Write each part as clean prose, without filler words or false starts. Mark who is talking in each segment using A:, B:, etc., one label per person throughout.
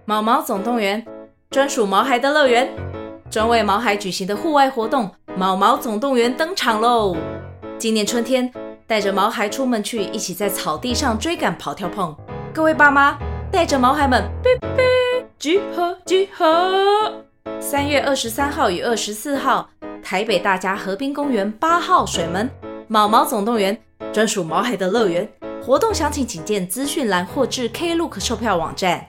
A: 毛毛总动员，专属毛孩的乐园，专为毛孩举行的户外活动毛毛总动员登场喽！今年春天，带着毛孩出门去，一起在草地上追赶跑跳碰。各位爸妈，带着毛孩们，集合集合！3月23号与24号，台北大家河滨公园8号水门毛毛总动员，专属毛孩的乐园。活动详情请见资讯栏或至 Klook 售票网站。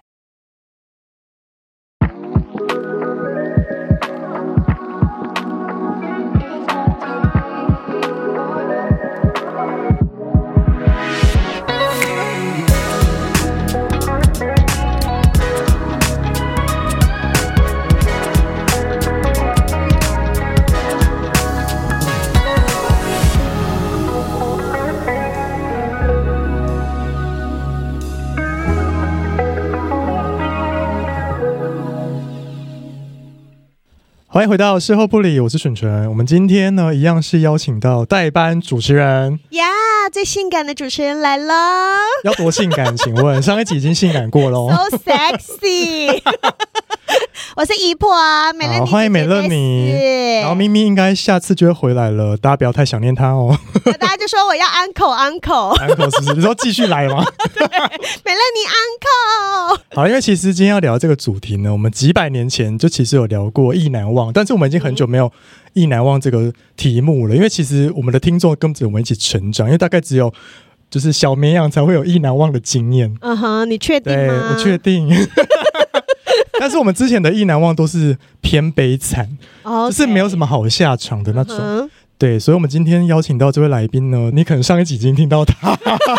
B: 欢迎回到事后不理，我是纯纯。我们今天呢，一样是邀请到代班主持人
C: 呀，最性感的主持人来了。
B: 要多性感？请问上一集已经性感过了哦。
C: So sexy 我是姨婆啊，美乐妮姐姐。
B: 欢迎美乐妮。然后咪咪应该下次就会回来了，大家不要太想念她哦。
C: 大家就说我要 uncle
B: 是不是？你说继续来吗？
C: 对，美乐妮 uncle。
B: 好，因为其实今天要聊这个主题呢，我们几百年前就其实有聊过意难忘，但是我们已经很久没有意难忘这个题目了，因为其实我们的听众跟着我们一起成长，因为大概只有就是小绵羊才会有意难忘的经验。
C: 嗯哼，你确定吗？
B: 对，我确定。但是我们之前的意难忘都是偏悲惨，就是没有什么好下场的那种。对，所以我们今天邀请到这位来宾呢，你可能上一集已经听到他。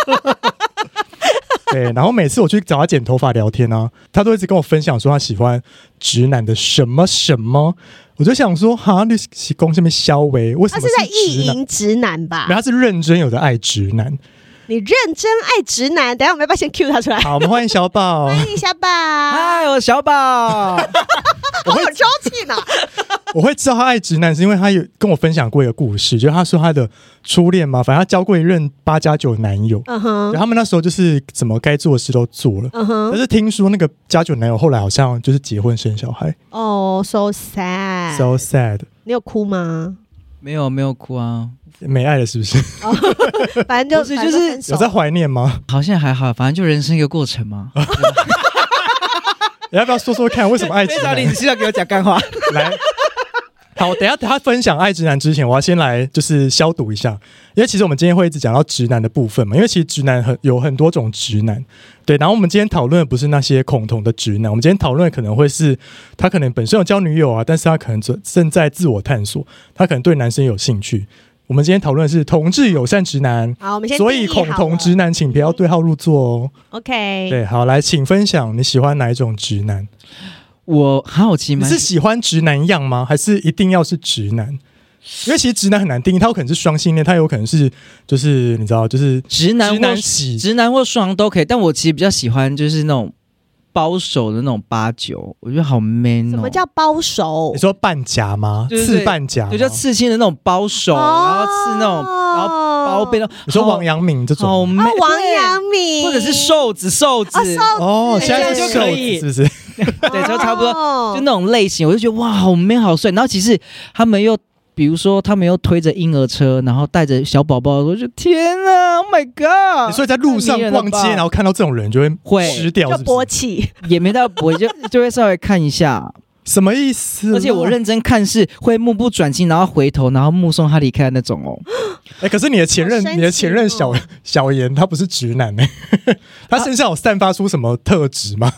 B: 对，然后每次我去找他剪头发聊天啊，他都一直跟我分享说他喜欢直男的什么什么，我就想说，哈，你是攻下面肖维，为什么是直男？
C: 他是在意淫直男吧？
B: 没有，他是认真有的爱直男。
C: 你认真爱直男，等一下我们要不要先 cue 他出来？
B: 好，我们欢迎小宝。
C: 欢迎小宝。
D: 嗨，我是小宝。
C: 好有朝气呢。
B: 我会知道他爱直男，是因为他有跟我分享过一个故事，就是他说他的初恋嘛，反正他交过一任8+9男友，他们那时候就是怎么该做的事都做了，但是听说那个+9男友后来好像就是结婚生小孩。
C: 哦、so sad，
B: so sad。
C: 你有哭吗？
D: 没有哭啊，
B: 没爱了是不是？
C: 反正就是
B: 有在怀念吗？
D: 好像还好，反正就人生一个过程嘛。
B: 你要不要说说看，为什么爱直男？
D: 你是要给我讲干话？
B: 来，好，等一下他分享爱直男之前，我要先来就是消毒一下，因为其实我们今天会一直讲到直男的部分嘛，因为其实直男有很多种直男，对。然后我们今天讨论的不是那些恐同的直男，我们今天讨论的可能会是他可能本身有交女友啊，但是他可能正在自我探索，他可能对男生有兴趣。我们今天讨论的是同志友善直男，
C: 好，我们先
B: 所以恐同直男请不要对号入座哦。
C: OK，
B: 对，好，来，请分享你喜欢哪一种直男？
D: 我很好奇，
B: 你是喜欢直男样吗？还是一定要是直男？因为其实直男很难定义，他有可能是双性恋，他有可能是就是你知道，就是
D: 直男或双都可以，但我其实比较喜欢就是那种包手的那种8+9，我觉得好 man 哦。
C: 什么叫包手？
B: 你说半甲吗？
D: 对对
B: 刺半甲？
D: 对，就刺青的那种包手，然后刺那种，然后包背那种。
B: 你说王阳明这种？
D: 好 man，
C: 王阳明，
D: 或者是瘦子。
B: 哦，现在是瘦子是不是？
D: 对，就差不多，就那种类型，我就觉得哇，好 man 好帅。然后其实他们又，比如说他们又推着婴儿车，然后带着小宝宝，我就天啊 ，Oh my god！
B: 所以在路上逛街，然后看到这种人就会湿掉，
C: 就勃起，
D: 也没到勃，就会稍微看一下。
B: 什么意思？
D: 而且我认真看是会目不转睛，然后回头，然后目送他离开的那种哦。
B: 可是你的前任小严他不是直男呢？他身上有散发出什么特质吗？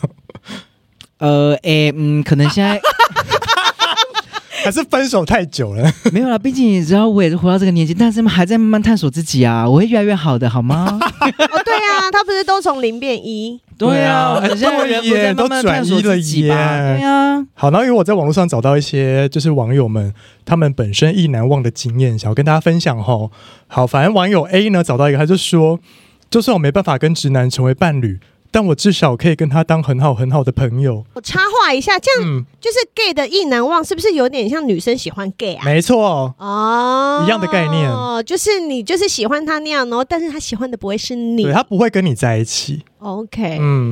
D: 可能现在
B: 还是分手太久了。
D: 没有啦，毕竟你知道我也是活到这个年纪，但是还在慢慢探索自己啊，我会越来越好的，好吗？
C: 对啊，他不是都从0变1？
D: 对啊，我现在人不在慢慢探索自己吧？对啊。
B: 好，然后因为我在网络上找到一些就是网友们他们本身意难忘的经验，想要跟大家分享吼。好，反正网友 A 呢找到一个，他就说，就算我没办法跟直男成为伴侣，但我至少可以跟他当很好很好的朋友。
C: 我插话一下，这样就是 gay 的意难忘，是不是有点像女生喜欢 gay 啊？
B: 没错，
C: 哦，
B: 一样的概念。
C: 就是你就是喜欢他那样，然后但是他喜欢的不会是你，
B: 对，他不会跟你在一起。
C: OK，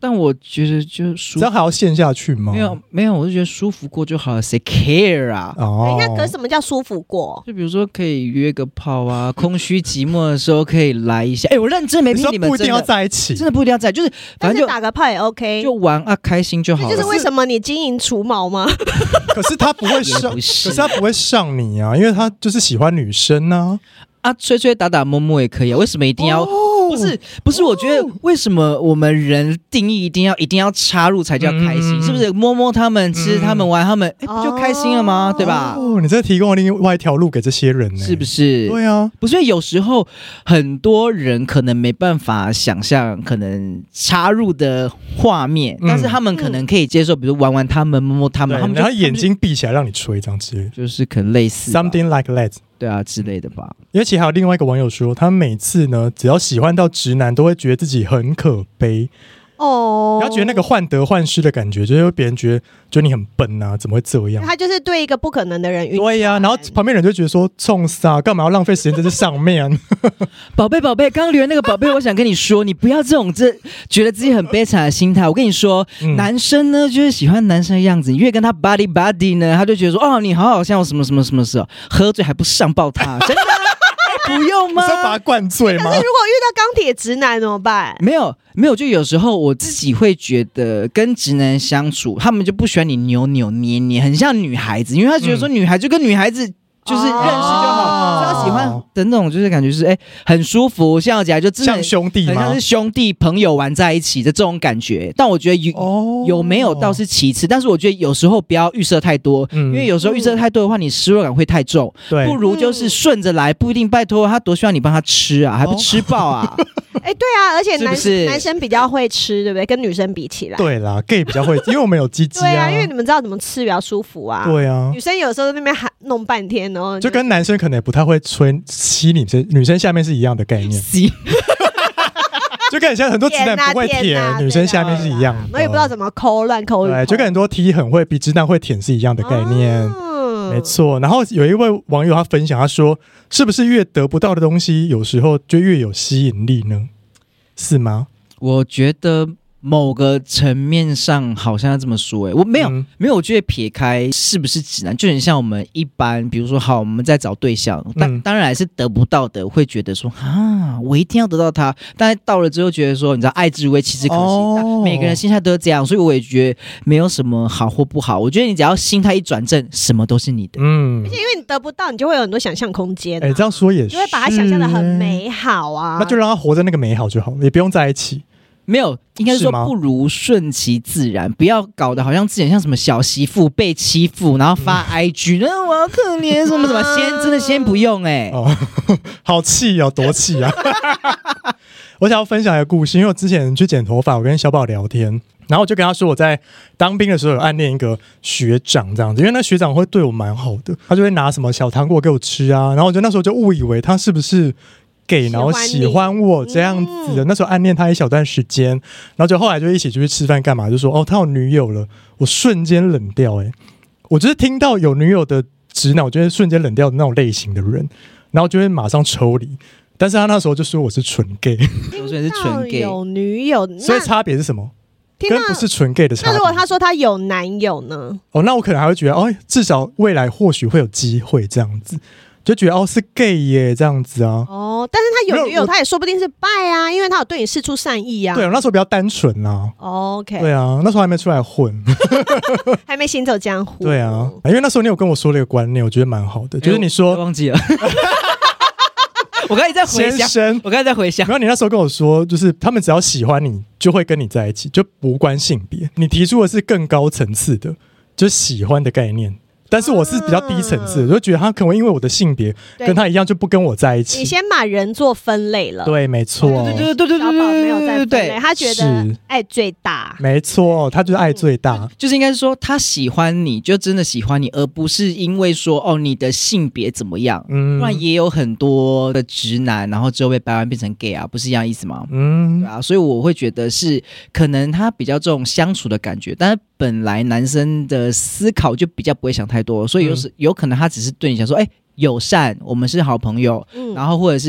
D: 但我觉得就舒服，
B: 这样还要陷下去吗？
D: 没有，我就觉得舒服过就好了，谁 care 啊？
C: 等一下，可是什么叫舒服过？
D: 就比如说可以约个炮啊，空虚寂寞的时候可以来一下。我认真没骗你们，
B: 不一定要在一起，
D: 真的不一定要在，就是反正就
C: 打个炮也 OK，
D: 就玩啊，开心就好了。
C: 这就是为什么你经营除毛吗？
B: 可是他不会上，可是他不会上你啊，因为他就是喜欢女生啊。
D: 吹吹打打摸摸也可以啊，为什么一定要？不是，我觉得为什么我们人定义一定要插入才叫开心？是不是摸摸他们、吃他们、玩他们，不就开心了吗？对吧？
B: 你这提供了另外一条路给这些人呢，
D: 是不是？
B: 对啊，
D: 不是有时候很多人可能没办法想象可能插入的画面，但是他们可能可以接受，比如玩玩他们、摸摸他们，他们
B: 然后眼睛闭起来让你吹这样之类的，
D: 就是可能类似
B: something like that。
D: 对啊，之类的吧。
B: 因为其实还有另外一个网友说，他每次呢，只要喜欢到直男，都会觉得自己很可悲。他觉得那个患得患失的感觉，就是别人觉得你很笨啊，怎么会这样？
C: 他就是对一个不可能的人晕船。
B: 对呀，然后旁边人就觉得说，冲啥，干嘛要浪费时间在这上面？
D: 宝贝，刚刚留言那个宝贝，我想跟你说，你不要这种觉得自己很悲惨的心态。我跟你说，男生呢就是喜欢男生的样子，你越跟他 buddy 呢，他就觉得说，你好像有什么时候喝醉还不上报他，真的。不用吗？
B: 你是要把他灌醉吗？
C: 可是如果遇到钢铁直男怎么办？
D: 没有，就有时候我自己会觉得跟直男相处，他们就不喜欢你扭扭捏捏，很像女孩子，因为他觉得说女孩就跟女孩子就是认识就好，所以他喜欢的那种就是感觉是很舒服，相处起来就真的
B: 像兄弟吗？
D: 很像是兄弟朋友玩在一起的这种感觉。但我觉得有没有倒是其次，但是我觉得有时候不要预设太多，因为有时候预设太多的话，你失落感会太重。
B: 对，
D: 不如就是顺着来，不一定拜托他多希望你帮他吃啊，还不吃爆啊？
C: 对啊，而且
D: 是
C: 男生比较会吃，对不对？跟女生比起来，
B: 对啦 ，gay 比较会，因为我们有鸡鸡啊。
C: 对啊，因为你们知道怎么吃比较舒服啊。
B: 对啊，
C: 女生有时候在那边弄半天，然后
B: 就跟男生可能也不太会吸女生下面是一样的概念。
D: 吸，
B: 就跟现在很多直男不会舔，女生下面是一样的。
C: 我也不知道怎么乱抠。
B: 对，就跟很多 T 很会比直男会舔是一样的概念。没错。然后有一位网友他分享，他说：“是不是越得不到的东西，有时候就越有吸引力呢？是吗？”
D: 我觉得某个层面上好像要这么说，我没有，我觉得撇开是不是直男，就很像我们一般，比如说好，我们在找对象，当然是得不到的，会觉得说我一定要得到他，但是到了之后觉得说，你知道爱之为弃之可惜，每个人心态都是这样，所以我也觉得没有什么好或不好，我觉得你只要心态一转正，什么都是你的。
C: 而且因为你得不到，你就会有很多想象空间。
B: 这样说也是，
C: 就会把它想象的很美好啊，
B: 那就让他活在那个美好就好了，也不用在一起。
D: 没有，应该是说不如顺其自然，不要搞得好像自己像什么小媳妇被欺负，然后发 IG，我好可怜什么，真的先不用
B: 好气哦，多气啊！我想要分享一个故事，因为我之前去剪头发，我跟小宝聊天，然后我就跟他说我在当兵的时候有暗恋一个学长这样子，因为那学长会对我蛮好的，他就会拿什么小糖果给我吃啊，然后我就那时候就误以为他是不是gay，然后喜欢我这样子的，那时候暗恋他一小段时间，然后就后来就一起出去吃饭干嘛，就说他有女友了，我瞬间冷掉。我就是听到有女友的直男，我就会瞬间冷掉的那种类型的人，然后就会马上抽离。但是他那时候就说我是纯 gay，
D: 我说你是纯 gay，
C: 有女友，
B: 所以差别是什么？跟不是纯 gay 的差别。
C: 那如果他说他有男友呢？
B: 那我可能还会觉得至少未来或许会有机会这样子。就觉得是 gay 耶这样子啊。
C: 但是他有女友，他也说不定是拜啊，因为他有对你释出善意啊。
B: 对，我那时候比较单纯啊。
C: OK。
B: 对啊，那时候还没出来混，
C: 还没行走江湖。
B: 对啊，因为那时候你有跟我说了一个观念，我觉得蛮好的，就是你说
D: 忘记了。我刚才在回想，
B: 然后你那时候跟我说，就是他们只要喜欢你，就会跟你在一起，就无关性别。你提出的是更高层次的，就是喜欢的概念。但是我是比较低层次的，就觉得他可能因为我的性别跟他一样，就不跟我在一起。
C: 你先把人做分类了，
B: 对，没错，
C: 对，小宝没有在分类，他觉得爱最大，
B: 没错，他就是爱最大，
D: 就是应该是说他喜欢你，就真的喜欢你，而不是因为说你的性别怎么样，不然也有很多的直男，然后之后被掰弯变成 gay 啊，不是一样意思吗？对啊，所以我会觉得是可能他比较这种相处的感觉，但是本来男生的思考就比较不会想太多，所以有可能他只是对你想说，友善，我们是好朋友，然后或者是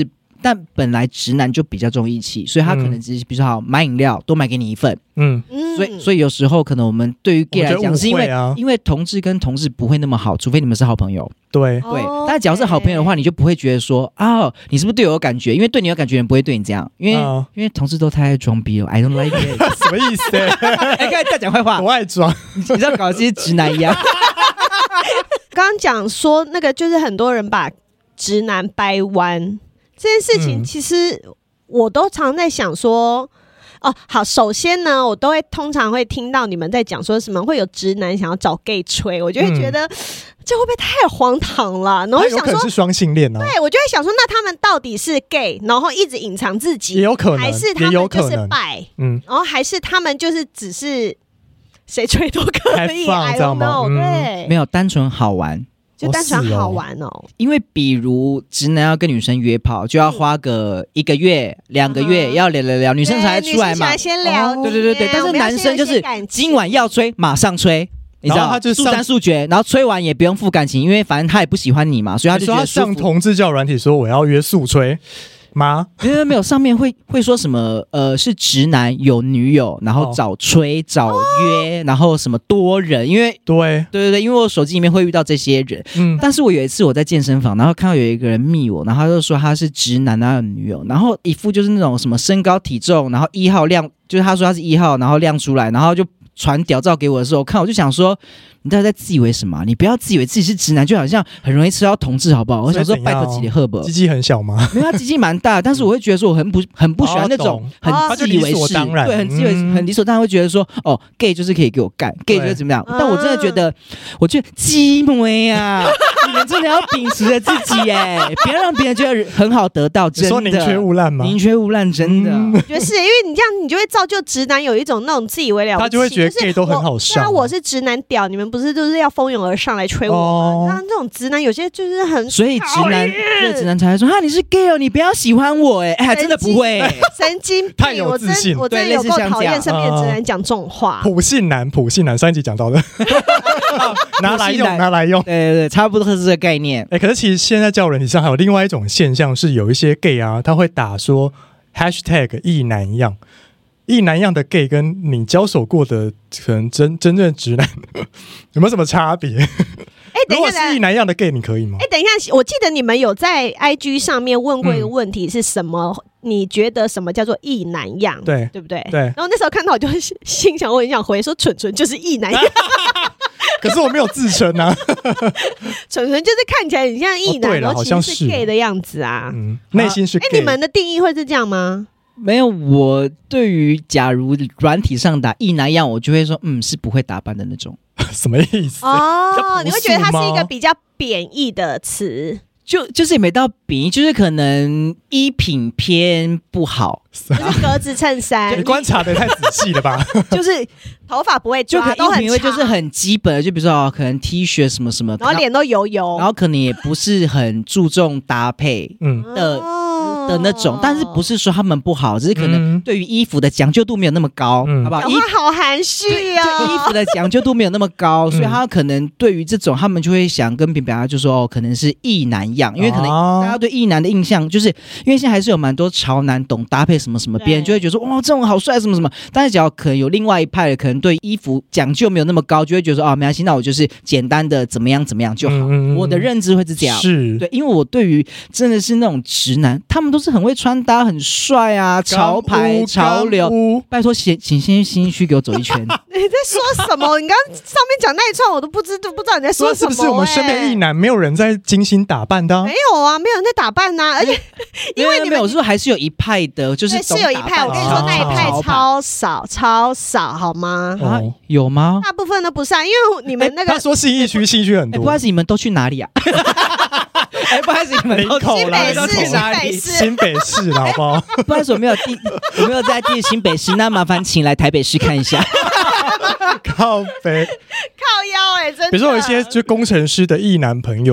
D: 但本来直男就比较重义气，所以他可能只是比如说好买饮料多买给你一份，所以有时候可能我们对于 gay 来讲是因为同志跟同志不会那么好，除非你们是好朋友。
B: 对，
D: 但只要是好朋友的话，你就不会觉得说你是不是对我有感觉？因为对你有感觉人不会对你这样，因为同志都太爱装逼了 ，I don't like it
B: 什么意思？
D: 刚才在讲坏话，
B: 我爱装，
D: 你知道搞得这些直男一样。
C: 刚刚讲说那个就是很多人把直男掰弯这件事情，其实我都常在想说。好，首先呢，我都会通常会听到你们在讲说什么会有直男想要找 gay 吹，我就会觉得这会不会太荒唐了？然后想说
B: 有可能是双性恋啊。
C: 对，我就会想说，那他们到底是 gay， 然后一直隐藏自己，
B: 也有可能，
C: 还是他们就是拜，然后还是他们就是只是谁吹都可以 ，I don't know，对，
D: 没有单纯好玩。
C: 就单纯好玩
D: 因为比如直男要跟女生约炮，就要花个1个月、2个月，要聊，女生才出来嘛。
C: 女生先聊，
D: 对。但是男生就是今晚要吹，马上吹，你知道，他就速战速决，然后吹完也不用负感情，因为反正他也不喜欢你嘛，所以他就觉得
B: 上同志交友软体说我要约速吹。吗？
D: 没有，上面会说什么？是直男有女友，然后找吹、找约，然后什么多人，因为对，因为我手机里面会遇到这些人。但是我有一次我在健身房，然后看到有一个人密我，然后他就说他是直男，然后有女友，然后一副就是那种什么身高体重，然后1号亮，就是他说他是1号，然后亮出来，然后就传屌照给我的时候，看我就想说。你到底在自以为什么？你不要自以为自己是直男，就好像很容易吃到同志，好不好？我想说，拜托几里赫伯，
B: 鸡鸡很小吗？
D: 没有，他鸡鸡蛮大，但是我会觉得说，我很不喜欢那种很自以为是，对，很自以为很理所当然，会觉得说，gay 就是可以给我干 ，gay 就是怎么样？但我真的觉得，我觉得鸡妹啊，你们真的要秉持着自己不要让别人觉得很好得到，真的。
B: 你说宁缺毋滥吗？
D: 宁缺毋滥，真的。
C: 我觉得是因为你这样，你就会造就直男有一种那种自以为了不起，
B: 他就会觉得 gay 都很好笑。
C: 我是直男屌，你们不是就是要蜂拥而上来吹我吗？那这种直男有些就是很，
D: 所以直男才会说你是 gay 你不要喜欢我还真的不会
C: 神经病，
B: 太有自信，
C: 我真的有够讨厌身边的直男讲这种话。
B: 普信男上一集讲到的，拿来用，
D: 对，差不多是这个概念。
B: 可是其实现在交友软体上还有另外一种现象，是有一些 gay 啊，他会打说 hashtag 异男一样。异男样的 gay 跟你交手过的可能真正直男有没有什么差别？如果是异男样的 gay， 你可以吗？
C: 等一下，我记得你们有在 IG 上面问过一个问题，是什么？你觉得什么叫做异男样？对不对？对。然后那时候看到我就心想，我很想回说，蠢就是异男样。
B: 可是我没有自称啊，
C: 蠢就是看起来很像异男，然后其实是 gay 的样子啊。
B: 内心是 gay。
C: 你们的定义会是这样吗？
D: 没有，我对于假如软体上打异男样，我就会说，是不会打扮的那种。
B: 什么意思？
C: 你会觉得它是一个比较贬义的词，
D: 就是也没到贬义，就是可能衣品偏不好，
C: 就是格子衬衫。
B: 你观察的太仔细了吧？
C: 就是头发不会抓，
D: 都很长，就是很基本的，就比如说可能 T 恤什么什么，
C: 然后脸都油油，
D: 然后可能也不是很注重搭配的那种，但是不是说他们不好，只是可能对于衣服的讲究度没有那么高，好不好？
C: 好含蓄哦，
D: 衣服的讲究度没有那么高，所以他可能对于这种，他们就会想跟别人表达，就说可能是异男样，因为可能大家对异男的印象，就是因为现在还是有蛮多潮男懂搭配什么什么，别人就会觉得说哇，这种好帅什么什么，但是只要可能有另外一派的，可能对衣服讲究没有那么高，就会觉得说没关系，那我就是简单的怎么样就好。我的认知会是这样，
B: 是
D: 对，因为我对于真的是那种直男，他们都是很会穿搭、很帅啊，潮牌、潮流。拜托，请先新区给我走一圈。
C: 你在说什么？你刚刚上面讲那一串，我都不知道你在说什么。
B: 是不是我们身边异男没有人在精心打扮的？
C: 没有啊，没有人在打扮啊，而且因为你们
D: 没有说还是有一派的，就是
C: 是有一派。我跟你说，那一派超少，好吗？
D: 有吗？
C: 大部分都不是，因为你们那个
B: 他说信义区很多。
D: 不好意思，你们都去哪里啊？不好意思，你们都
B: 口啦，新北市好不好？
D: 不好意思，我没有在新北市，那麻烦请来台北市看一下。
B: 靠腰
C: 真的。
B: 比如说有一些就工程师的异男朋友们，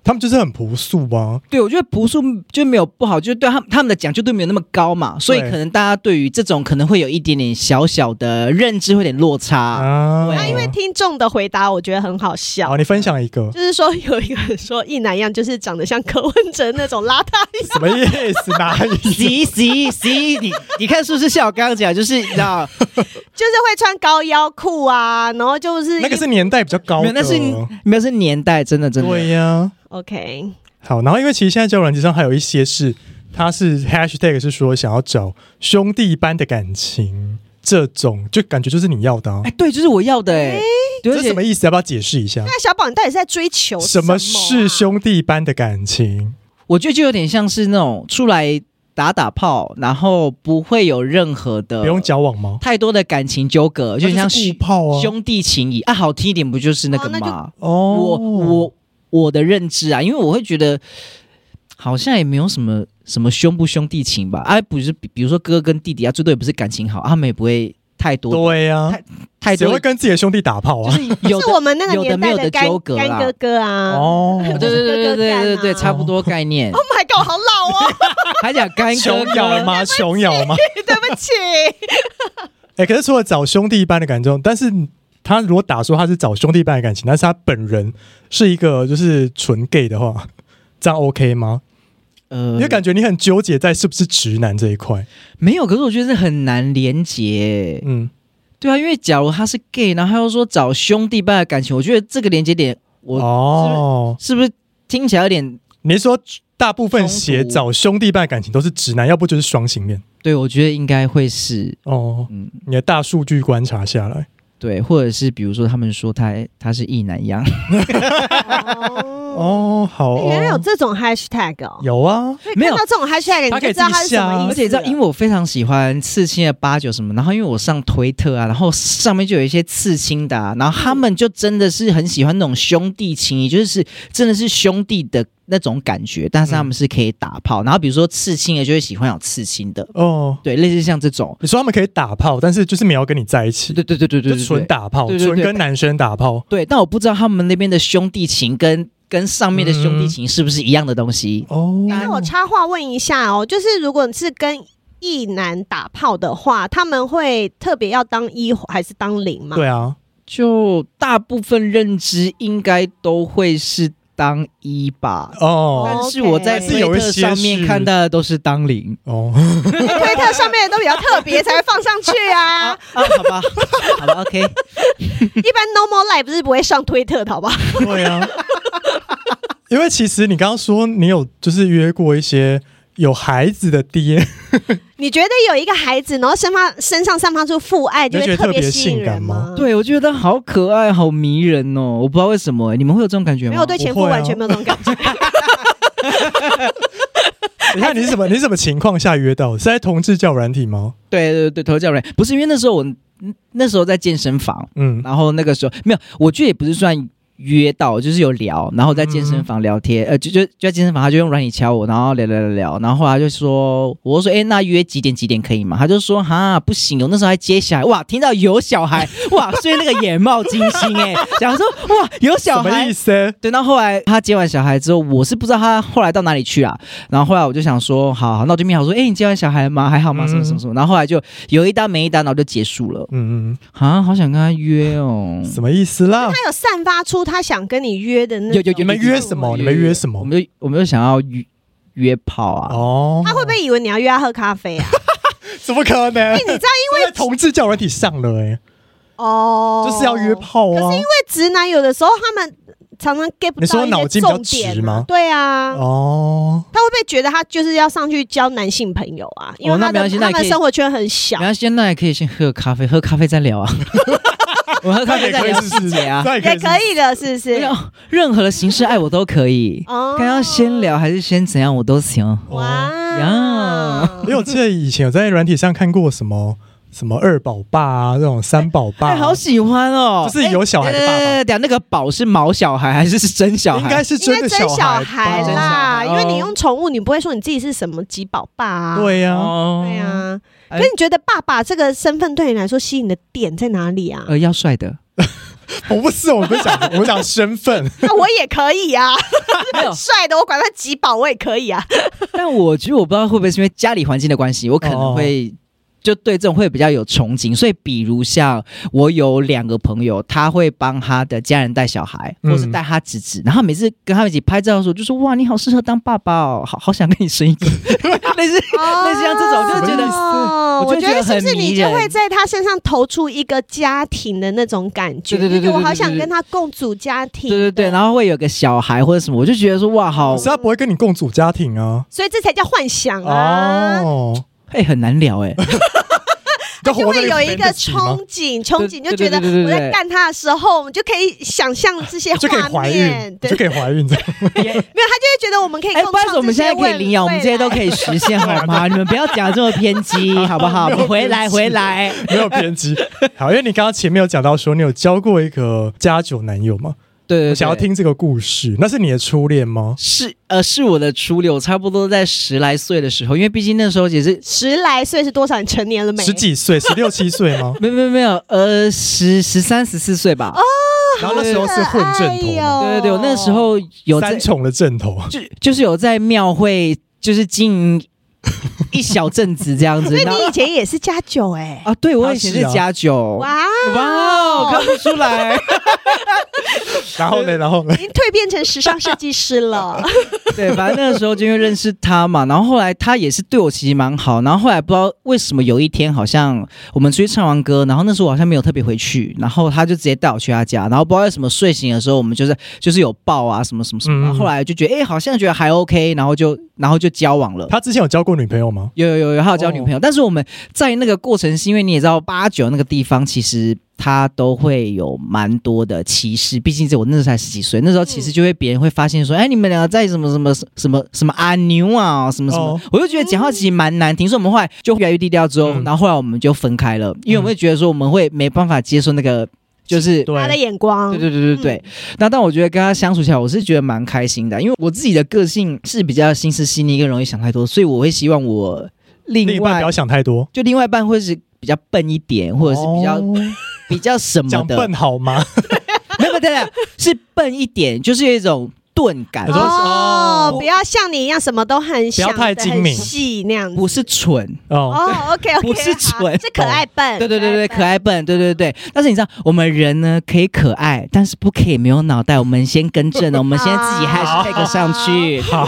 B: 他们就是很朴素啊。
D: 对，我觉得朴素就没有不好，就对他们的讲究度没有那么高嘛，所以可能大家对于这种可能会有一点点小小的认知会有点落差啊。
C: 那因为听众的回答我觉得很好笑。
B: 好，你分享一个，
C: 就是说有一个人说一男样就是长得像柯文哲那种邋遢样，
B: 什么意思？哪里？
D: 你看是不是像我刚刚讲，就是你知道，
C: 就是会穿高腰裤啊，然后就是
B: 那个是年代比较高的，
D: 没有是年代，真的。
B: 对呀。
C: OK，
B: 好，然后因为其实现在交友软件上还有一些它是 hashtag 是说想要找兄弟般的感情，这种就感觉就是你要的啊。
D: 对，就是我要的
B: 这是什么意思？要不要解释一下？
C: 那小宝你到底是在追求
B: 什么是兄弟般的感情？
D: 我觉得就有点像是那种出来打炮，然后不会有任何的
B: 不用交往吗？
D: 太多的感情纠葛，就像兄弟情谊啊，好听一点不就是那个吗？我的认知啊，因为我会觉得好像也没有什么兄不兄弟情吧，不是比如说哥跟弟弟啊，最多也不是感情好，他们也不会太多。
B: 对呀，
D: 太多
B: 谁会跟自己的兄弟打炮啊？
C: 就是我们那个年代的干哥哥啊。
D: 对，差不多概念。
C: Oh my god， 好老哦！
D: 还讲干
B: 琼瑶吗？琼瑶吗？
C: 对不起。
B: 可是除了找兄弟般的感情，但是他如果打说他是找兄弟般的感情，但是他本人是一个就是纯 gay 的话，这样 OK 吗？因为感觉你很纠结在是不是直男这一块。
D: 没有，可是我觉得是很难连结。对啊，因为假如他是 gay， 然后他又说找兄弟般的感情，我觉得这个连结点，是不是听起来有点？
B: 你是说大部分写找兄弟般的感情都是直男，要不就是双性恋？
D: 对，我觉得应该会是
B: 你的大数据观察下来。
D: 对，或者是比如说他们说他是异男样。
B: 好
C: 原来有这种 hashtag 哦。
B: 有啊，
C: 没有这种 hashtag 你就知道它是什么意思。
D: 而且你知道，因为我非常喜欢刺青的89什么，然后因为我上推特啊，然后上面就有一些刺青的然后他们就真的是很喜欢那种兄弟情谊，就是真的是兄弟的那种感觉，但是他们是可以打炮，然后比如说刺青的就会喜欢有刺青的对，类似像这种。
B: 你说他们可以打炮，但是就是没有跟你在一起。
D: 对，
B: 就纯打炮，纯跟男生打炮。
D: 对，但我不知道他们那边的兄弟情跟上面的兄弟情是不是一样的东西
C: 那我插话问一下就是如果是跟异男打炮的话，他们会特别要当1还是当0吗？
B: 对啊，
D: 就大部分认知应该都会是当1吧。但是我在推特上面看到的都是当0。
C: 推特上面都比较特别才会放上去啊。
D: 好吧 OK。
C: 一般 normal life 不是不会上推特的好不好？
B: 对啊。因为其实你刚刚说你有就是约过一些有孩子的爹，
C: 你觉得有一个孩子然后身上散发出父爱就会特别吸引人吗？
D: 对，我觉得好可爱好迷人哦，我不知道为什么你们会有这种感觉吗？
C: 没有，对前夫完全没有这种感觉。
B: 你看你什么情况下约到？是在同志交友软体吗？
D: 对，同志交友软体不是，因为那时候在健身房，然后那个时候没有，我觉得也不是算约到，就是有聊，然后在健身房聊天，就在健身房，他就用软体敲我，然后聊，然后后来就说，我说，那约几点可以吗？他就说，不行，我那时候还接小孩，哇，听到有小孩，哇，所以那个眼冒金星，讲说，哇，有小孩，
B: 什么意思？
D: 对，然后后来他接完小孩之后，我是不知道他后来到哪里去啊，然后后来我就想说，好，那我就密好说，你接完小孩吗？还好吗？什么，然后后来就有一单没一单，然后就结束了，好想跟他约哦，
B: 什么意思啦？
C: 他有散发出他想跟你约的那种。
B: 你们约什么？你们约什么？
D: 我们就想要约炮啊。
C: 他会不会以为你要约他喝咖啡啊？
B: 怎么可能？
C: 你知道，因为
B: 同志交友软体上了就是要约炮啊。
C: 可是因为直男有的时候他们常常 get 不到一些重点。你说脑筋比较直吗？对啊。他会不会觉得他就是要上去交男性朋友啊？因为他们生活圈很小。
D: 没关系，那也可以先喝咖啡再聊啊。我喝咖啡再聊细节啊，
C: 也可以的，是不是？
D: 任何的形式爱我都可以，看要先聊还是先怎样我都行。
C: 哇
B: 呀！因为我记得以前有在软体上看过什么2宝爸啊，这种3宝爸，
D: 好喜欢哦！
B: 就是有小孩的爸爸。
D: 等下那个宝是毛小孩还是真小孩？
B: 应该是真的小孩
C: 啦，因为你用宠物，你不会说你自己是什么几宝爸啊？
B: 对呀，
C: 对呀。可是你觉得爸爸这个身份对你来说吸引的点在哪里啊？
D: 要帅的。
B: 不是，我们不是讲，我们讲身份。
C: 那我也可以啊，
D: 没有
C: 很帅的，我管他几宝我也可以啊。
D: 但我觉得我不知道会不会是因为家里环境的关系，我可能会。就对这种会比较有憧憬，所以比如像我有2个朋友，他会帮他的家人带小孩，或是带他侄子，然后每次跟他们一起拍照的时候，就说哇，你好适合当爸爸哦，好想跟你生一个，类似像这种，就觉得
C: 我觉得是不是你就会
D: 很
C: 在他身上投出一个家庭的那种感觉？对，我好想跟他共组家庭。
D: 对，然后会有个小孩或者什么，我就觉得说哇，好，
B: 可是他不会跟你共组家庭啊，
C: 所以这才叫幻想啊。
D: 很难聊
C: 就会有一个憧憬就觉得我在干他的时候，我们就可以想象这些画面，
B: 就可以怀孕，没有，他就
C: 会觉得我们可以共创这些
D: 不然我们现在可以领养，我们这些都可以实现，好吗？你们不要讲这么偏激，好不好？回来，
B: 没有偏激。好，因为你刚刚前面有讲到说你有交过一个家酒男友嘛？
D: 对，
B: 我想要听这个故事，那是你的初恋吗？
D: 是我的初恋，我差不多在10来岁的时候，因为毕竟那时候也是
C: 10来岁是多少？你成年了没
B: ？10几岁，16、17岁吗？
D: 没有，13、14岁吧。
B: 然后那时候是混正头，
D: 对，我那时候有
B: 3重的正头，
D: 就是有在庙会，就是经营一小阵子这样子。
C: 所以你以前也是加酒
D: 啊？对，我以前是加酒。
C: 哇，
D: 看不出来。
B: 然后呢？
C: 已经蜕变成时尚设计师了。
D: 对，反正那个时候就因为认识他嘛，然后后来他也是对我其实蛮好，然后后来不知道为什么有一天好像我们出去唱完歌，然后那时候我好像没有特别回去，然后他就直接带我去他家，然后不知道为什么睡醒的时候我们就是有抱啊什么，然后后来就觉得好像觉得还 OK， 然后就交往了。
B: 他之前有交过女朋友吗？
D: 有，他有交女朋友，但是我们在那个过程是因为你也知道8、9那个地方其实。他都会有蛮多的歧视，毕竟我那时候才10几岁，那时候其实就会别人会发现说，你们两个在什么阿牛啊，什么，我就觉得讲话其实蛮难听，所以我们后来就越来越低调之后，然后后来我们就分开了，因为我们会觉得说我们会没办法接受那个。就是
C: 他的眼光，
D: 对。但我觉得跟他相处起来，我是觉得蛮开心的，因为我自己的个性是比较心思细腻，跟容易想太多，所以我会希望我另一半
B: 不要想太多，
D: 就另外一半会是比较笨一点，或者是比较什么的。
B: 讲笨好吗？
D: 没有，是笨一点，就是有一种钝感。
C: 不要像你一样什么都很想的，
B: 不要太精明、
C: 很细那样子。
D: 不是蠢
C: OK，
D: 不是蠢，
C: 是可爱笨。
D: 对，可爱笨，对。但是你知道，我们人呢可以可爱，但是不可以没有脑袋。我们先更正了，我们先自己#上去。好，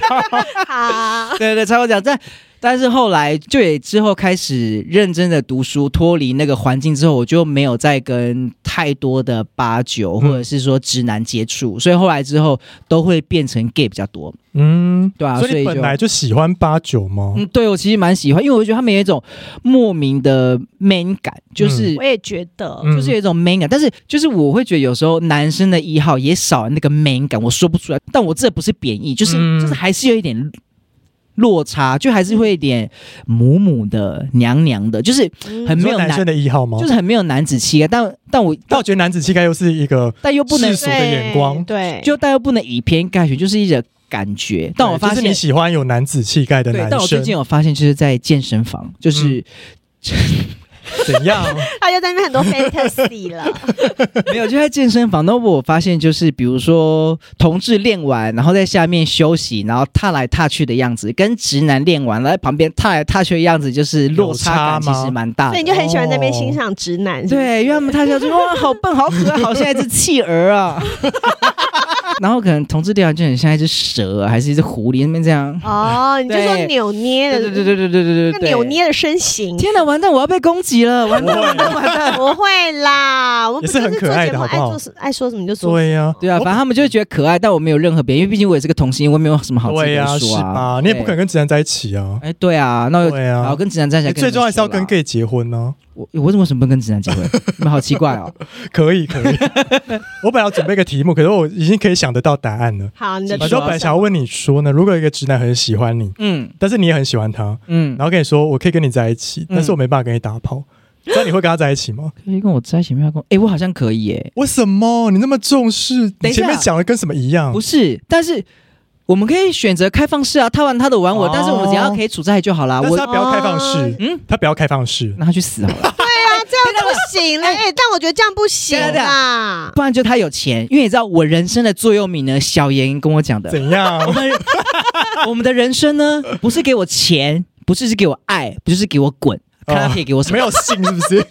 D: 对，差不多讲这。但是后来就也之后开始认真的读书，脱离那个环境之后，我就没有再跟太多的8、9或者是说直男接触，所以后来之后都会变成 gay 比较多。对啊，
B: 所以你本来就喜欢8、9吗？
D: 对，我其实蛮喜欢，因为我觉得他们有一种莫名的 man 感，就是
C: 我也觉得，
D: 就是有一种 man 感，但是就是我会觉得有时候男生的1号也少了那个 man 感，我说不出来，但我这不是贬义，就是还是有一点。落差就还是会有点母的娘娘的，就是很没有
B: 男生的1号吗？
D: 就是很没有男子气概，但我
B: 觉得男子气概又是一个
D: 但又不能
B: 世俗的眼光，
C: 对，
D: 但又不能以偏概全，就是一个感觉。但我发现
B: 就是你喜欢有男子气概的男生。
D: 但我最近有发现，就是在健身房，就是
B: 怎样？
C: 他又在那边很多 fantasy 了。
D: 没有，就在健身房。那我发现就是，比如说同志练完，然后在下面休息，然后踏来踏去的样子，跟直男练完在旁边踏来踏去的样子，就是落差感其实蛮大的。
C: 所以你就很喜欢在那边欣赏直男，
D: 对，因为他们踏下去，哇，好笨，好可爱，好像一只企鹅啊。然后可能同志练完就很像一只蛇，还是一只狐狸那边这样。
C: 你就说扭捏的，
D: 对，
C: 扭捏的身形。
D: 天哪，完蛋，我要被攻击了，完蛋，
C: 不会啦，我们
B: 也是很可爱的，好不好？
C: 爱说什么就说。
B: 对呀，
D: 对啊，反正他们就会觉得可爱，但我没有任何别，因为毕竟我也是个同性，我没有什么好资格说
B: 啊。你也不可能跟直男在一起啊。
D: 对啊，然后跟直男在一起，
B: 最重要还是要跟 gay 结婚呢。
D: 我为什么不跟直男结婚？你们好奇怪哦。
B: 可以。我本来要准备一个题目，可是我已经可以想得到答案了。
C: 好，你的
B: 反正我本来想要问你说呢，如果有一个直男很喜欢你，但是你也很喜欢他，然后跟你说我可以跟你在一起，但是我没办法跟你打炮，这样你会跟他在一起吗？
D: 可以跟我在一起，没有跟我好像可以耶。
B: 为什么你那么重视？你前面讲的跟什么一样？
D: 不是，但是。我们可以选择开放式啊，他玩他的，玩我，但是我们只要可以处在就好啦。
B: 但是他不要开放式，他不要开放式，
D: 让他去死好了。
C: 对啊，这样行了，但我觉得这样不行啦。
D: 不然就他有钱，因为你知道我人生的座右铭呢，小严跟我讲的。
B: 怎样？
D: 我们的人生呢，不是给我钱，不是给我爱，不就是给我滚。看他可以给我什么？
B: 没有性是不是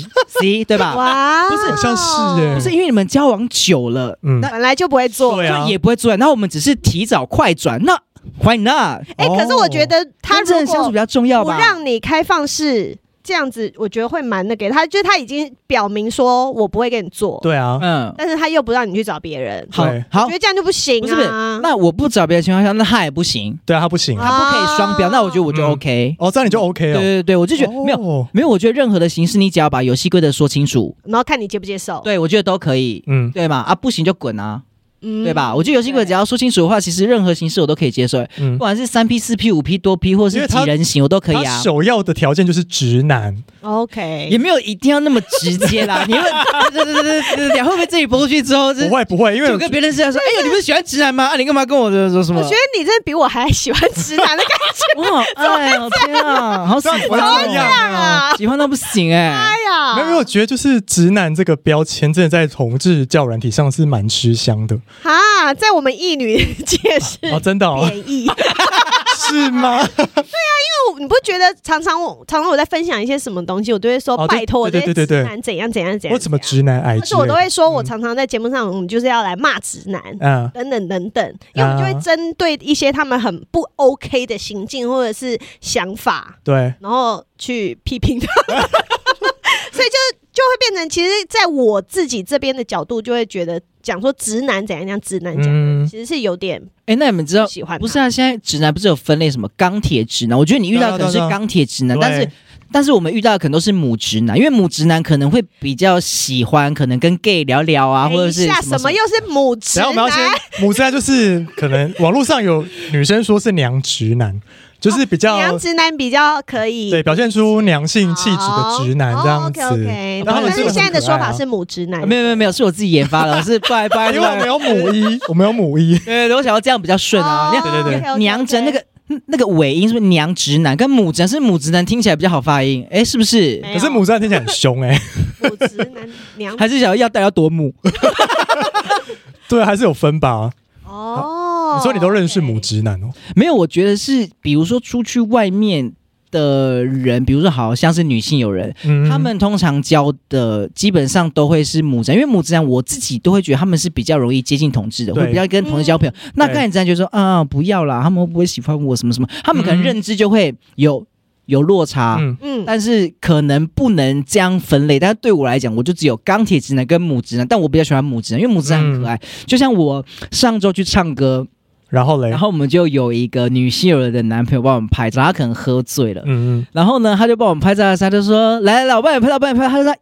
D: ？C 对吧？
C: 哇，
B: 不是，好像是耶。
D: 不是因为你们交往久了，
C: 那本来就不会做，
D: 就也不会做。然后我们只是提早快转，那 why not？
C: 可是我觉得他如果
D: 相处比较重要吧，
C: 不让你开放式。这样子我觉得会蛮那个，他就是他已经表明说我不会跟你做，
B: 对啊，
C: 但是他又不让你去找别人，
D: 好，
C: 我觉得这样就不行啊。
D: 不是，那我不找别人的情况下，那他也不行，
B: 对啊，他不行，
D: 他不可以双标，那我觉得我就 OK，
B: 这样你就 OK 了，
D: 对，我就觉得没有，我觉得任何的形式你只要把游戏规则说清楚，
C: 然后看你接不接受，
D: 对我觉得都可以，对嘛，不行就滚啊。对吧？我觉得游戏规则只要说清楚的话，其实任何形式我都可以接受。不管是3P、4P、5P、多 P， 或是几人行，我都可以啊。
B: 他首要的条件就是直男
C: ，OK，
D: 也没有一定要那么直接啦。你们对，会不会自己播出去之后，
B: 不会，因为
D: 就跟别人是说，哎呦，你不是喜欢直男吗？你干嘛跟我说什么？
C: 我觉得你真的比我还喜欢直男的感觉。
D: 哎呦天啊，好喜欢
C: 啊，
D: 喜欢到不行哎
C: 呀！
B: 没有，我觉得就是直男这个标签，真的在同志交友软体上是蛮吃香的
C: 啊，在我们异女界是
B: 真的
C: 贬义
B: 是吗？对啊，
C: 因为你不觉得常常我在分享一些什么东西，我都会说拜托，这些直男怎样，
B: 我怎么直男癌？
C: 但是我都会说，我常常在节目上，我们就是要来骂直男，等等等等，因为我们就会针对一些他们很不 OK 的行径或者是想法，
B: 对，
C: 然后去批评他们，所以就会变成，其实在我自己这边的角度，就会觉得讲说直男怎样讲，直男讲，其实是有点。
D: 那你们知道
C: 喜欢？
D: 不是啊，现在直男不是有分类什么钢铁直男？我觉得你遇到的可能是钢铁直男，但是我们遇到的可能都是母直男，因为母直男可能会比较喜欢，可能跟 gay 聊聊啊，或者是
C: 什么又是母直男？
B: 然后我们要先母直男就是可能网络上有女生说是娘直男。就是比较
C: 娘直男比较可以
B: 对表现出娘性气质的直男这样子。
C: OK， 但是现在的说法是母直男，
D: 没有，是我自己研发的，是不好意思，
B: 因为我们有母一，我们有母一。
D: 对，我想要这样比较顺啊。
B: 对，
D: 娘直那个尾音是不是娘直男？跟母直男是母直男听起来比较好发音，是不是？
B: 可是母直男听起来很凶
C: 母直男娘
D: 还是想要多母？
B: 对，还是有分吧。你说你都认识母直男哦？
D: 没有，我觉得是，比如说出去外面的人，比如说好像是女性友人，他们通常交的基本上都会是母直男，因为母直男我自己都会觉得他们是比较容易接近同志的，会比较跟同志交朋友。那刚才直男就说不要啦，他们会不会喜欢我什么什么？他们可能认知就会有落差，但是可能不能这样分类。但是对我来讲，我就只有钢铁直男跟母直男，但我比较喜欢母直男，因为母直男很可爱。就像我上周去唱歌。然后我们就有一个女性友人的男朋友帮我们拍照，他可能喝醉了，然后呢，他就帮我们拍照，他就说来，我帮你拍照，他就说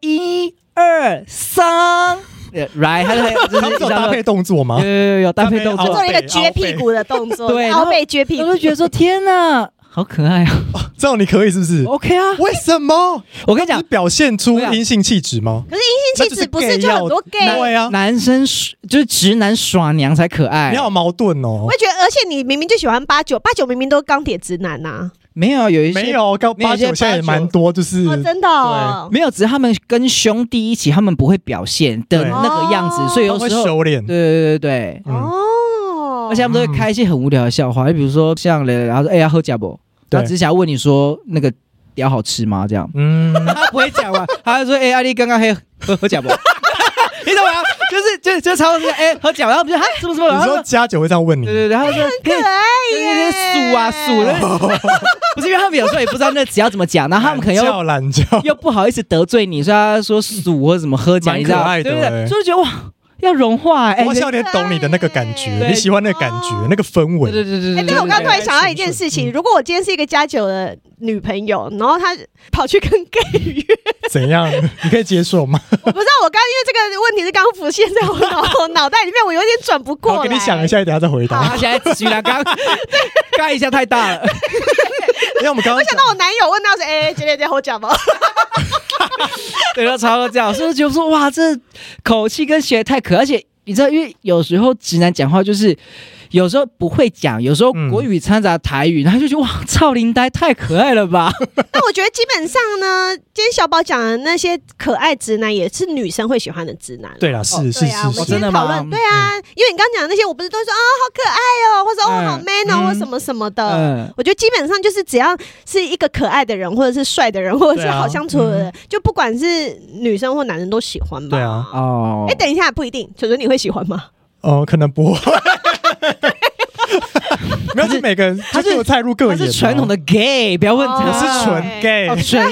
D: 1、2、3。right， 他们
B: 有搭配动作吗？
D: 有搭配动作，
C: 做了一个撅屁股的动作，
D: 对，
C: 凹背撅屁股，
D: 我就觉得说天哪，好可爱啊！
B: 这样你可以是不是
D: ？OK 啊？
B: 为什么？
D: 我跟你讲，
B: 是表现出阴性气质吗？
C: 可是阴性气质不是就很多 gay
B: 对啊，
D: 男生就是直男耍娘才可爱。
B: 你好矛盾哦！
C: 我会觉得，而且你明明就喜欢89明明都是钢铁直男呐。
D: 没有，有一些
B: 没有89现在也蛮多，就是
C: 真的
D: 没有，只是他们跟兄弟一起，他们不会表现的那个样子，所以有时候
B: 会收敛。
D: 对，而且他们都会开一些很无聊的笑话，就比如说像然后说要喝假不？他只是想问你说那个屌好吃吗？这样，他不会讲嘛，他就说阿丽刚刚喝假不？你懂吗？就是超市喝酒，然后不是什么？
B: 你说加酒会这样问你？
D: 对，然后说
C: 很可爱耶，
D: 数，不是因为他们有时候也不知道那词要怎么讲，然后他们可能
B: 懒觉
D: 又不好意思得罪你，所以他说数或者什么喝酒，你知道对不对？所以觉得哇。要融化
B: 我有点懂你的那个感觉，你喜欢那个感觉，那个氛围。
D: 对。
C: 但是我刚突然想到一件事情，如果我今天是一个加酒的女朋友，然后她跑去跟 gay 约，
B: 怎样？你可以接受吗？
C: 我不知道，我刚因为这个问题是刚浮现在我脑袋里面，我有点转不过来。
B: 我给你想一下，等一下再回答。
D: 他现在只需要刚一下太大了。
B: 因为我们刚刚
C: 想到我男友问到是今天在喝酒吗？
D: 对，他超这样，所以就说哇，这口气跟学太可爱，而且你知道，因为有时候直男讲话就是有时候不会讲，有时候国语掺杂台语，他就觉得哇，超龄呆太可爱了吧？
C: 那我觉得基本上呢，今天小宝讲的那些可爱直男，也是女生会喜欢的直男。
B: 对啦，是，
C: 我们今天讨论，对啊，因为你刚刚讲的那些，我不是都说好可爱哦，或者好 man 哦，或什么什么的。我觉得基本上就是只要是一个可爱的人，或者是帅的人，或者是好相处的人，就不管是女生或男人都喜欢吧。
B: 对啊，
C: 哦，等一下，不一定，球球你会喜欢吗？
B: 可能不会。没有，是每个人他是有菜入各眼，
D: 他是传统的 gay， 不要问他，
B: 是纯 gay，
C: 纯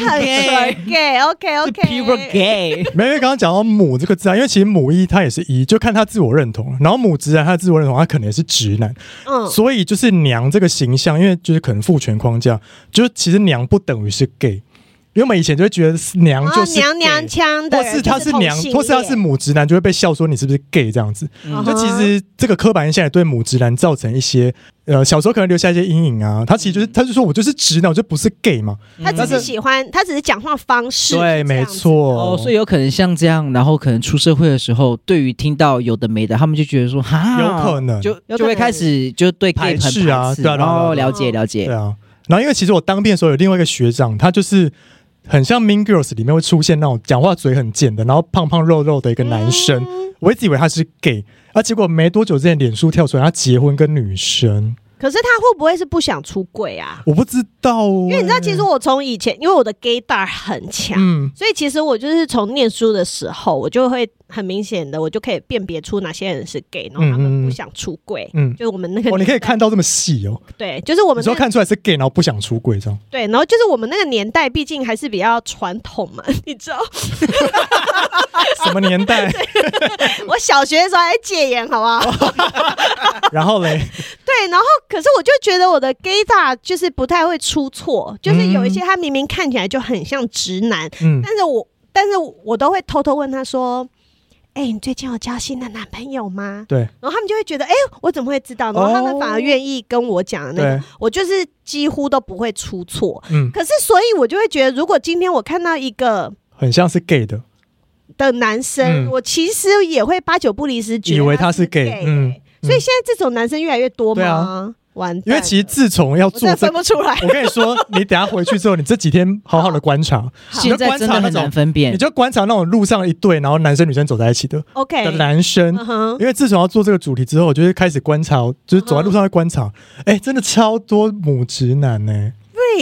C: gay，OK，
D: gay。
B: 没有，刚刚讲到母这个字啊，因为其实母一他也是一，就看他自我认同，然后母直男他自我认同，他可能也是直男，所以就是娘这个形象，因为就是可能父权框架，就是其实娘不等于是 gay。因为我们以前就会觉得娘就是
C: 娘娘腔的人，
B: 或是他是娘，或是他是母直男，就会被笑说你是不是 gay 这样子。就其实这个刻板印象也对母直男造成一些小时候可能留下一些阴影啊。他其实就是他就说我就是直男，我就不是 gay 嘛。
C: 他只是喜欢，他只是讲话方式。
B: 对，没错。
D: 所以有可能像这样，然后可能出社会的时候，对于听到有的没的，他们就觉得说哈，
B: 有可能
D: 就会开始就对 gay
B: 排斥啊，对啊，
D: 然后了解，对
B: 啊。然后因为其实我当兵的时候有另外一个学长，他就是很像 Mean Girls 里面会出现那种讲话嘴很贱的，然后胖胖肉肉的一个男生，我一直以为他是 gay， 结果没多久之前脸书跳出来他结婚跟女生。
C: 可是他会不会是不想出柜啊？
B: 我不知道因
C: 为你知道，其实我从以前，因为我的 gaydar 很强，所以其实我就是从念书的时候，我就会很明显的，我就可以辨别出哪些人是 gay， 然后他们不想出柜。就是我们那个
B: 你可以看到这么细哦。
C: 对，就是我们
B: 说看出来是 gay， 然后不想出柜这样。
C: 对，然后就是我们那个年代，毕竟还是比较传统嘛，你知道？
B: 什么年代？
C: 我小学的时候还戒严，好不好？
B: 然后嘞？对，
C: 然后可是我就觉得我的 gaydar 就是不太会出错，就是有一些他明明看起来就很像直男，但是我都会偷偷问他说：“你最近有交新的男朋友吗？”
B: 对，
C: 然后他们就会觉得：“我怎么会知道？”然后他们反而愿意跟我讲的那个，我就是几乎都不会出错。可是所以我就会觉得，如果今天我看到一个
B: 很像是 gay 的
C: 男生，我其实也会八九不离十觉得
B: 以为他是 gay。
C: 所以现在这种男生越来越多吗？完蛋，
B: 因为其实自从要做
C: 分不出来。
B: 我跟你说，你等一下回去之后，你这几天好好的观察，
D: 现在真的很难分辨。
B: 你就观察那种路上一对，然后男生女生走在一起的
C: OK
B: 的男生。因为自从要做这个主题之后，我就会开始观察，就是走在路上会观察，真的超多母直男呢。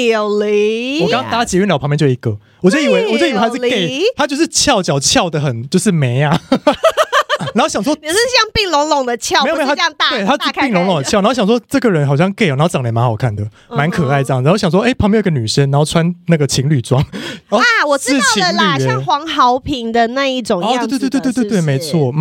C: Really？
B: 我刚搭捷运脑旁边就一个，我就以为他是 gay， 他就是翘脚翘得很，就是没啊。然后想说
C: 你是像病恹恹的翘，
B: 没有
C: 不是这样大，
B: 对，他是病恹恹的翘。然后想说这个人好像 gay， 然后长得也蛮好看的，蛮可爱这样。然后想说，旁边有个女生，然后穿那个情侣装
C: 我知道了啦，像黄豪平的那一种样子的。
B: 对，没错，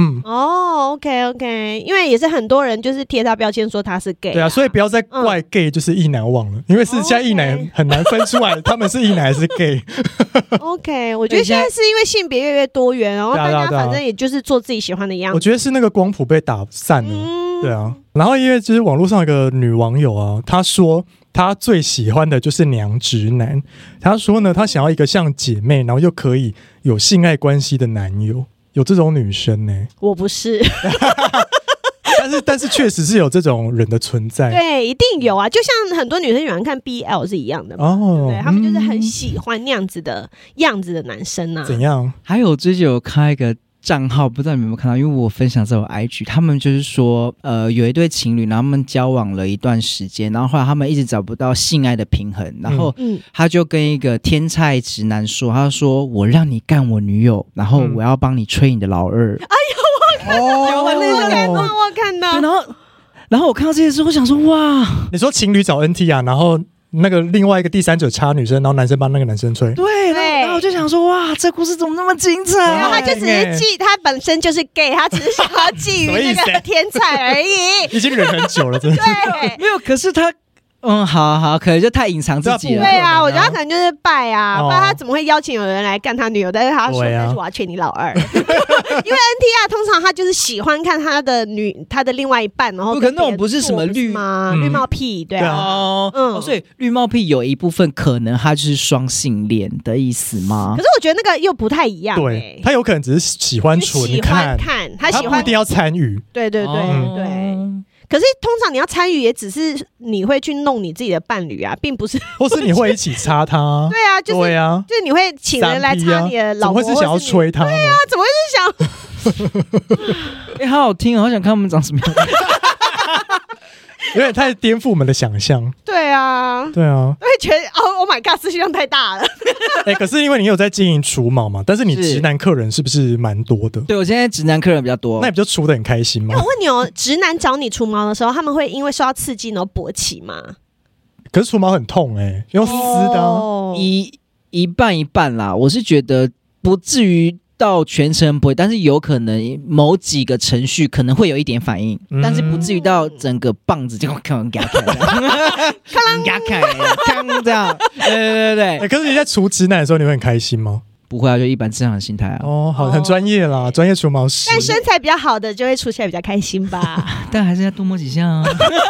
C: OK， 因为也是很多人就是贴他标签说他是 gay。
B: 对啊，所以不要再怪 gay 就是异男忘了，因为是现在异男很难分出来他们是异男还是 gay。
C: OK， 我觉得现在是因为性别越来越多元，然后大家反正也就是做自己喜欢的样子。
B: 我觉得是那个光谱被打散了，对啊。然后因为就是网络上有个女网友啊，她说她最喜欢的就是娘直男。她说呢，她想要一个像姐妹，然后又可以有性爱关系的男友。有这种女生呢？
C: 我不是。
B: 但是确实是有这种人的存在，
C: 对，一定有啊，就像很多女生喜欢看 BL 是一样的嘛，对，他们就是很喜欢那样子的样子的男生啊。
B: 怎样？
D: 还有最近有开一个账号，不知道你们有没有看到？因为我分享在我 IG， 他们就是说，有一对情侣，然后他们交往了一段时间，然后后来他们一直找不到性爱的平衡，然后他就跟一个天菜直男说，他说：“我让你干我女友，然后我要帮你吹你的老二。”
C: 哎呦，我看到，
D: 然后我看到这件事，我想说，哇！
B: 你说情侣找 NT 啊，然后那个另外一个第三者插女生，然后男生帮那个男生吹，
D: 对，然后我就想说，哇，这故事怎么那么精彩？
C: 然后他就只是他本身就是 gay， 他只是想要觊觎那个天才而已。
B: 已经忍很久了，真的。
C: 对，
D: 没有，可是他。好，可能就太隐藏自己了。
C: 对啊，我觉得他可能就是拜啊，不然他怎么会邀请有人来干他女友？但是他说但是我要劝你老二，因为 NTR 通常他就是喜欢看他的另外一半，然后
D: 可能那种不是什么绿
C: 帽癖，对啊，
D: 所以绿帽癖有一部分可能他就是双性恋的意思吗？
C: 可是我觉得那个又不太一样，
B: 对，他有可能只是喜欢纯看，
C: 他喜欢
B: 不一定要参与，
C: 对。 可是通常你要参与，也只是你会去弄你自己的伴侣啊，并不是，
B: 或是你会一起擦他。
C: 对啊，就是
B: 对啊，
C: 就是你会请人来擦你的老婆，
B: 怎么会是想要吹他呢？对
C: 啊，怎么会是想？
D: 好好听哦，好想看他们长什么样。
B: 有点太颠覆我们的想象。
C: 对啊，
B: 对啊，
C: 我会觉得Oh my God， 资讯量太大了。
B: 可是因为你有在经营除毛嘛，但是你直男客人是不是蛮多的？
D: 对，我现在直男客人比较多。
B: 那你不就除得很开心吗？
C: 我问你哦，直男找你除毛的时候，他们会因为受到刺激然后勃起吗？
B: 可是除毛很痛用撕的
D: 一半一半啦。我是觉得不至于到全程不会，但是有可能某几个程序可能会有一点反应，但是不至于到整个棒子就看给他看，给他看这样。对。
B: 可是你在除直男的时候，你会很开心吗？
D: 不会啊，就一般正常的心态啊。
B: 好，很专业啦，专业除毛师。
C: 但身材比较好的就会除起来比较开心吧？
D: 但还是要多摸几下啊。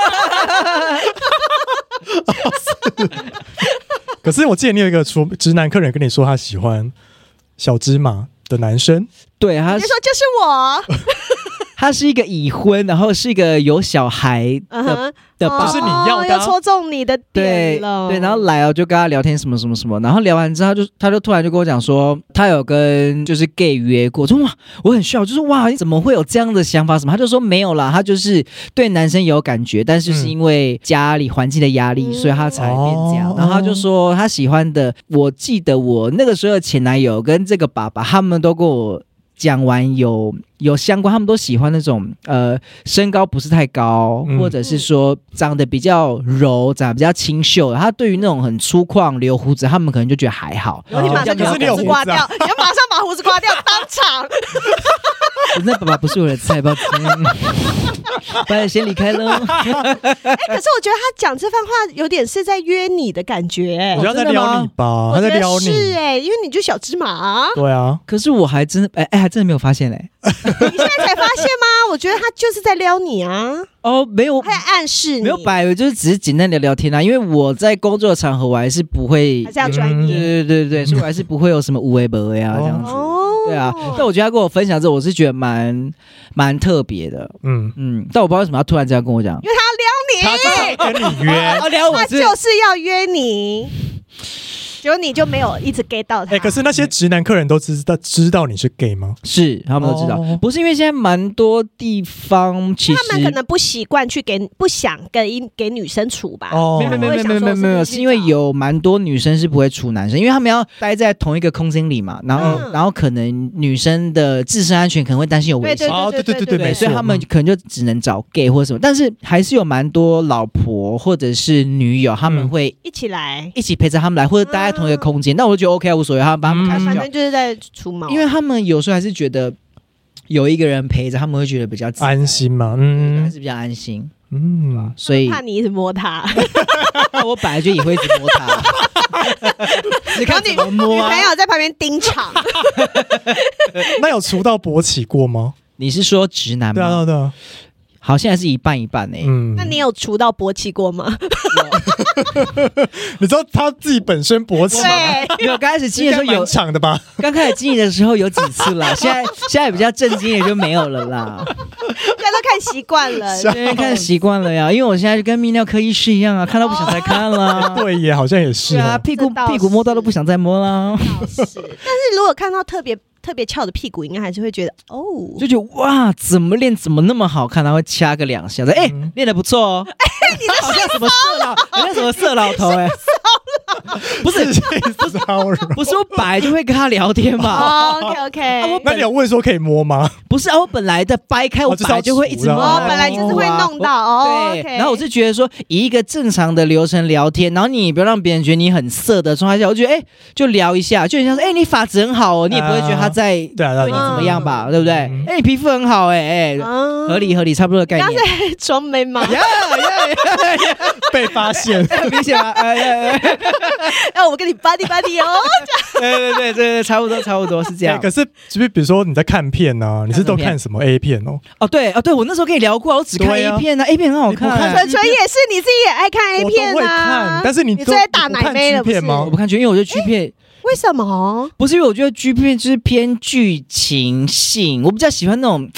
B: 可是我记得你有一个直男客人跟你说他喜欢小芝麻的男生，
C: 对，他就说就是我。
D: 他是一个已婚，然后是一个有小孩的爸爸，
B: 就是你要的，
C: 又戳中你的点了。
D: 对，然后来就跟他聊天什么什么什么，然后聊完之后他就突然就跟我讲说，他有跟就是 gay 约过，说哇，我很笑，就是哇，你怎么会有这样的想法什么？他就说没有啦，他就是对男生有感觉，但是就是因为家里环境的压力，所以他才变这样。然后他就说他喜欢的，我记得我那个时候的前男友跟这个爸爸，他们都跟我讲完有相关，他们都喜欢那种身高不是太高，或者是说长得比较柔，长得比较清秀的。他对于那种很粗犷留胡子，他们可能就觉得还好。
C: 然后你马上就把胡子刮掉，你要马上把胡子刮掉，当场。
D: 那爸爸不是我的菜，抱歉。爸爸先离开了。
C: 可是我觉得他讲这番话有点是在约你的感觉。
B: 我觉得他在撩你吧，他在撩你。
C: 是因为你就小芝麻。
B: 对啊。
D: 可是我还真的还真的没有发现
C: 你现在才发现吗？我觉得他就是在撩你啊。
D: 没有，
C: 他在暗示你。
D: 没有摆，就是只是简单聊聊天啊。因为我在工作的场合，我还是不会，
C: 还是要专业。
D: 对，所以我还是不会有什么无为不为啊这样子。对啊，但我觉得他跟我分享之后，我是觉得蛮特别的。但我不知道为什么他突然这样跟我讲，
C: 因为他要撩你，
B: 他就是要跟你约，
C: 撩我，他就是要约你。结果你就没有一直 get 到他。
B: 可是那些直男客人都知道你是 gay 吗？
D: 是，他们都知道。不是因为现在蛮多地方，其实
C: 他们可能不习惯去不想给女生处吧。
D: 没有，是因为有蛮多女生是不会处男生，因为他们要待在同一个空间里嘛，然后可能女生的自身安全可能会担心有危险。
C: 对，
D: 所以他们可能就只能找 gay 或什么，但是还是有蛮多老婆或者是女友，他们会一起陪着他们来，或者待在同一个空间，那我就觉得 OK， 无所谓，他们把他们开心就好。
C: 反正就是在除毛，
D: 因为他们有时候还是觉得有一个人陪着，他们会觉得比较
B: 安心嘛，
D: 还是比较安心，所以
C: 怕你一直摸他。
D: 我本来就也会一直摸他，你看怎么摸啊？
C: 女朋友在旁边盯场。
B: 那有除到勃起过吗？
D: 你是说直男吗？
B: 对啊。
D: 好，现在是一半一半
C: 那你有除到勃起过吗？
B: 你知道他自己本身勃起吗？
D: 没有，刚开始经营的时候有
B: 长的吧？
D: 刚开始经营的时候有几次啦，现在比较震惊也就没有了啦。
C: 现在都看习惯了，
D: 对，看习惯了呀。因为我现在就跟泌尿科医师一样啊，看到不想再看了。
B: 对耶，好像也是。
D: 对啊，屁股摸到都不想再摸啦。
C: 但是如果看到特别翘的屁股，应该还是会觉得就
D: 觉得哇，怎么练怎么那么好看，他会掐个2下，练得不错哦。
C: 你这
D: 好像什么色老，好像什么色老头不是不是我本来就会跟他聊天嘛。
C: OK，
B: 那你有问说可以摸吗？
D: 不是啊，我本来的掰开，我本来就会一直摸，
C: 本来就是会弄到
D: 对。然后我是觉得说，以一个正常的流程聊天，然后你不要让别人觉得你很色的状态下，我觉得就聊一下，就很像说你发质很好哦，你也不会觉得他在对你怎么样吧，对不对？你皮肤很好合理，差不多的概念。
C: 刚才装没吗？
B: 被发现，
D: 很明显吗？
C: 我跟你 buddy 哦。
D: 对，差不多是这样。
B: 可是比如说你在看片啊，你是都看什么 A 片哦？
D: 对，我那时候跟你聊过，我只看 A 片啊，A 片很好看。
C: 纯纯也是，你自己也爱看 A 片
B: 啊。但是你
C: 最爱打奶妹了
B: 片吗？
D: 我不看剧，因为我觉得剧片。
C: 为什么？
D: 不是因为我觉得剧片就是偏剧情性，我比较喜欢那种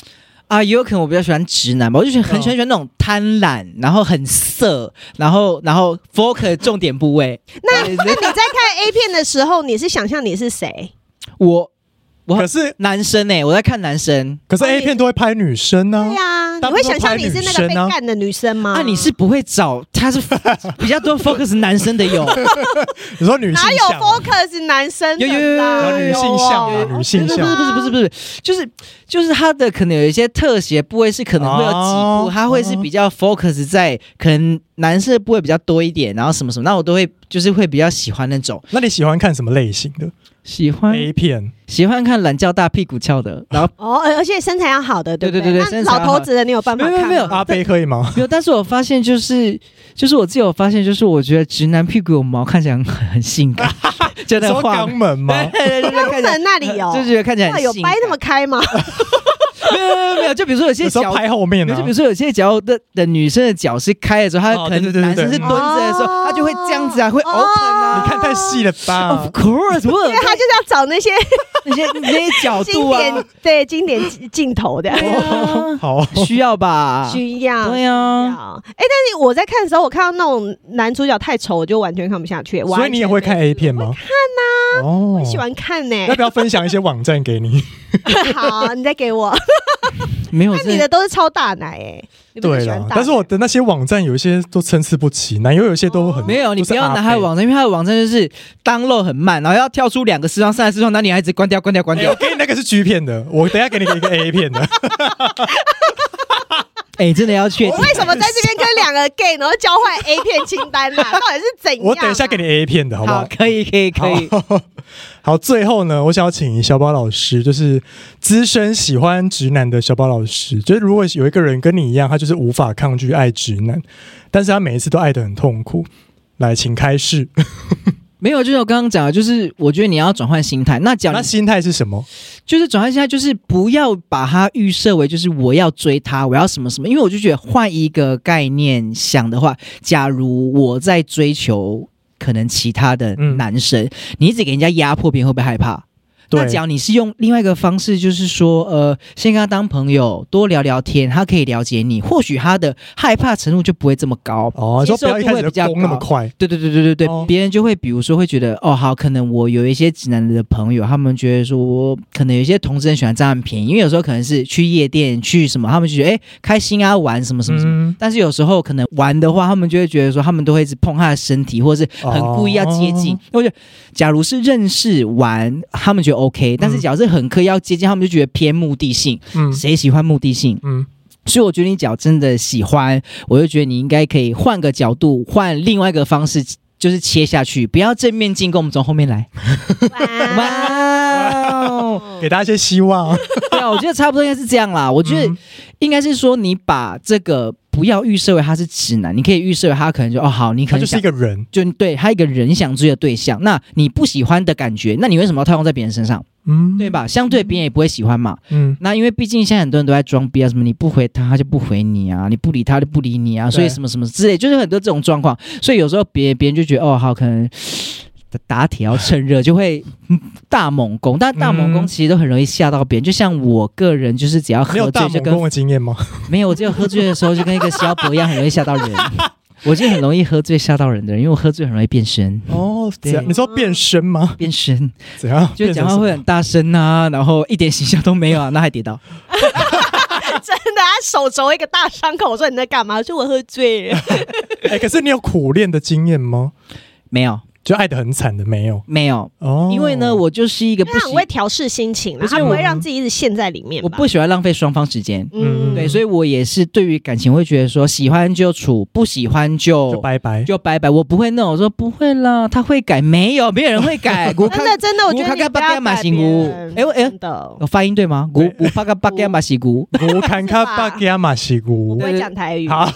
D: 啊，也有可能我比较喜欢直男吧，我就觉得很喜欢那种贪婪，然后很色，然后 focus 重点部位。
C: 那你在看 A 片的时候，你是想象你是谁？
D: 我
B: 可是
D: 男生我在看男生，
B: 可是 A 片都会拍女生呢。
C: 对呀，你会想象你是那个被干的女生吗？
D: 啊，你是不会找，他是比较多 focus 男生的有。
B: 你说女性
C: 哪有 focus 男生的啦？
B: 有女性向女性向，
D: 不是，就是他的可能有一些特写部位是可能会有几部，他会是比较 focus 在可能男生的部位比较多一点，然后什么什么，那我都会就是会比较喜欢那种。
B: 那你喜欢看什么类型的？
D: 喜欢
B: A 片，
D: 喜欢看懒觉大屁股翘的，然后
C: 而且身材要好的，对不
D: 对，
C: 那老头子的你有办法看吗？
D: 没有
B: 阿飞可以吗？
D: 没有，但是我发现就是我自己有发现，就是我觉得直男屁股有毛看起来很性感，就那画
B: 肛门吗？
C: 肛门那里有，
D: 就觉得看起来很
C: 有掰那么开吗？
D: 没有，就比如说有些脚
B: 拍后面，
D: 就比如说有些脚的女生的脚是开的时候，她可能男生是蹲着的时候，她就会这样子啊，会 open 啊。
B: 你看太细了吧
D: ？Of course， 因
C: 为他就是要找那些
D: 角度啊，
C: 经典镜头的。
B: 好，
D: 需要吧？
C: 需要，
D: 对啊。
C: 但是我在看的时候，我看到那种男主角太丑，我就完全看不下去。
B: 所以你也会看 A 片吗？
C: 看啊，我喜欢看呢。
B: 要不要分享一些网站给你？
C: 好，你再给我。
D: 没有，
C: 你的都是超大奶
B: 对了，但是我的那些网站有一些都参差不齐，男优有些都很
D: 没有，你不要拿他的网站，因为他的网站就是当漏很慢，然后要跳出2个视窗、3个视窗，那你还一直关掉。
B: 我给你那个是 G 片的，我等一下给你一个 A 片的。
D: 真的要确定。
C: 我为什么在这边跟2个 gay 然后交换 A 片清单呢？到底是怎样？
B: 我等一下给你 A 片的好不好？
D: 可以。
B: 好，最后呢，我想要请小宝老师，就是资深喜欢直男的小宝老师，就是如果有一个人跟你一样，他就是无法抗拒爱直男，但是他每一次都爱得很痛苦，来，请开示。
D: 没有，就是我刚刚讲的，就是我觉得你要转换心态。那
B: 心态是什么？
D: 就是转换心态，就是不要把它预设为就是我要追他，我要什么什么。因为我就觉得换一个概念想的话，假如我在追求可能其他的男生，你一直给人家压迫，别人会不会害怕？那假如你是用另外一个方式，就是说，先跟他当朋友，多聊聊天，他可以了解你，或许他的害怕程度就不会这么高，
B: 接受度会比较高，那么快。
D: 对，别人就会比如说会觉得，好，可能我有一些直男的朋友，他们觉得说，可能有一些同志很喜欢占他们便宜，因为有时候可能是去夜店去什么，他们就觉得开心啊，玩什么什么什么，但是有时候可能玩的话，他们就会觉得说，他们都会一直碰他的身体，或者是很故意要接近。我觉得，假如是认识玩，他们觉得OK，但是假如是很刻意要接近，他们就觉得偏目的性。谁喜欢目的性？所以我觉得你只要真的喜欢，我就觉得你应该可以换个角度，换另外一个方式，就是切下去，不要正面进攻，我们从后面来。
B: 给大家一些希望。
D: 对啊，我觉得差不多应该是这样啦。我觉得应该是说，你把这个不要预设为他是直男，你可以预设为他可能就好，你可能
B: 他就是一个人，
D: 就对他一个人想追的对象。那你不喜欢的感觉，那你为什么要套用在别人身上？对吧？相对别人也不会喜欢嘛。那因为毕竟现在很多人都在装逼啊，什么你不回他，他就不回你啊，你不理他就不理你啊，所以什么什么之类，就是很多这种状况。所以有时候别人就觉得好，可能打铁要趁热，就会大猛攻。但大猛攻其实都很容易吓到别人。就像我个人，就是只要喝醉就跟
B: 你有大猛攻的经验吗？
D: 没有，我只有喝醉的时候就跟一个小伯一样，很容易吓到人。我是很容易喝醉吓到人的人，因为我喝醉很容易变身。
B: 对，你说变身吗？
D: 变身
B: 怎样？
D: 就讲话会很大声啊，然后一点形象都没有啊，那还跌倒。
C: 真的，他手肘一个大伤口，我说你在干嘛？我说我喝醉了。
B: 可是你有苦恋的经验吗？
D: 没有。
B: 就爱得很惨的没有
D: 因为呢，我就是一个
C: 他很会调试心情啦，他不会让自己一直陷在里面。
D: 我不喜欢浪费双方时间，对，所以我也是对于感情会觉得说，喜欢就处，不喜欢就
B: 拜拜，
D: 我不会那种说不会啦，他会改，没有人会改。
C: 真的，我觉得你不要改别人。
D: 真的，我发音对吗？我巴嘎巴嘎马西古，
B: 我看看巴嘎马西古，
C: 我会讲台语。
B: 好。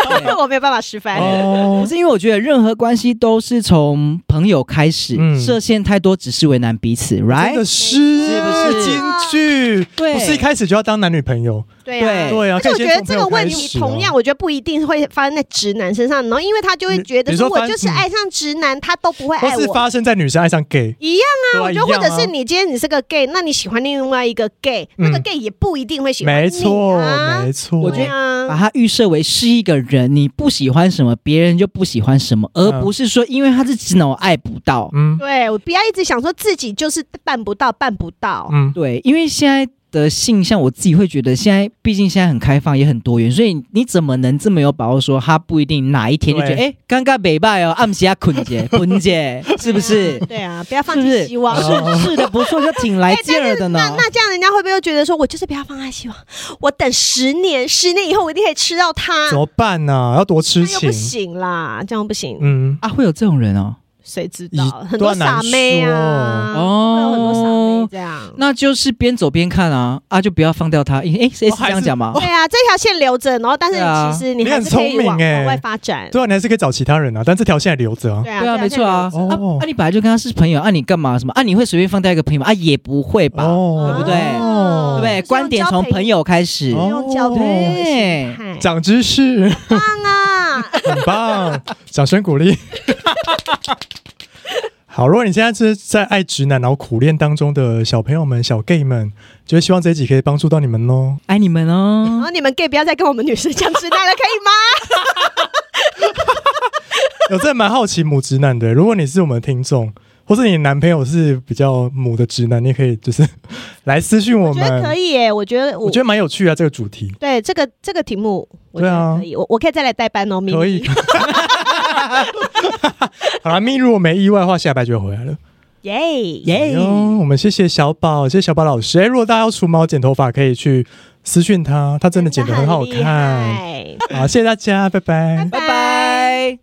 C: 我没有办法示范。
D: 不是因为我觉得任何关系都是从朋友开始，设限太多只是为难彼此 ，right？
B: 真的是
D: 不是
B: 金句？
D: 对，
B: 不是一开始就要当男女朋友。
C: 对啊，
B: 对啊。
C: 而且我觉得这个问题同样，我觉得不一定会发生在直男身上，然后因为他就会觉得说我就是爱上直男，他都不会爱我。
B: 或是发生在女生爱上 gay
C: 一样啊，我觉得或者是你今天你是个 gay， 那你喜欢另外一个 gay，那个 gay 也不一定会喜欢你。
B: 没错，没错。
D: 我觉得把它预设为是一个人，你不喜欢什么，别人就不喜欢什么，而不是说因为他是直男我爱不到。
C: 对，我不要一直想说自己就是办不到。
D: 对，因为现在的性向，我自己会觉得毕竟现在很开放，也很多元，所以你怎么能这么有把握说他不一定哪一天就觉得尴尬北拜哦，暗时要捆姐，是不是？
C: 对啊，不要放弃希望，
D: 是的，不错，就挺来劲儿的呢。
C: 那这样人家会不会又觉得说我就是不要放弃希望，我等10年以后我一定可以吃到它？
B: 怎么办呢？要多痴情？
C: 不行啦，这样不行。
D: 会有这种人哦。
C: 谁知道很多傻妹啊，会有很多傻妹这样，
D: 那就是边走边看啊，就不要放掉他。谁是这样讲吗？
C: 对啊，这条线留着，然后但是其实你还是可以往外发展。
B: 对啊，你还是可以找其他人啊，但这条线还留着啊。
C: 对啊，
D: 没错啊。你本来就跟他是朋友，你干嘛什么？你会随便放掉一个朋友吗？也不会吧，对不对？对不对？观点从朋友开始，
C: 用交朋友，
B: 长知识，
C: 棒啊，
B: 很棒，掌声鼓励。好，如果你现在是在爱直男然后苦恋当中的小朋友们、小 gay 们，就会希望这一集可以帮助到你们哦，
D: 爱你们哦。
C: 然后你们 gay 不要再跟我们女生讲直男了，可以吗？
B: 有真的蛮好奇母直男的，如果你是我们的听众，或是你男朋友是比较母的直男，你也可以就是来私讯我们。
C: 我觉得可以耶，我觉得蛮
B: 有趣啊，这个主题。
C: 对，这个题目，我觉得可以，我可以再来代班哦，
B: 可以。好啦，咪如果没意外的话，下拜就会回来了。
C: 耶！
B: 我们谢谢小宝，谢谢小宝老师。如果大家要除毛剪头发，可以去私讯他，他真的剪得很好看。好，谢谢大家，拜拜，
C: 拜拜。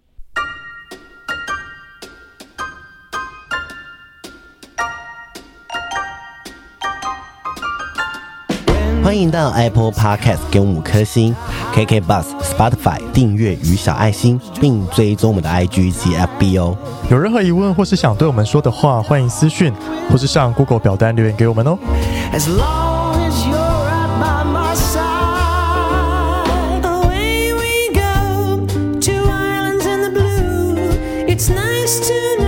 E: 欢迎到 Apple Podcast 给我们5颗星 ，KKBox、Spotify 订阅与小爱心，并追踪我们的 IG 及 FB 哦。
B: 有任何疑问或是想对我们说的话，欢迎私讯或是上 Google 表单留言给我们哦。As long as you're right by my side, away we go, 2 islands in the blue. It's nice to know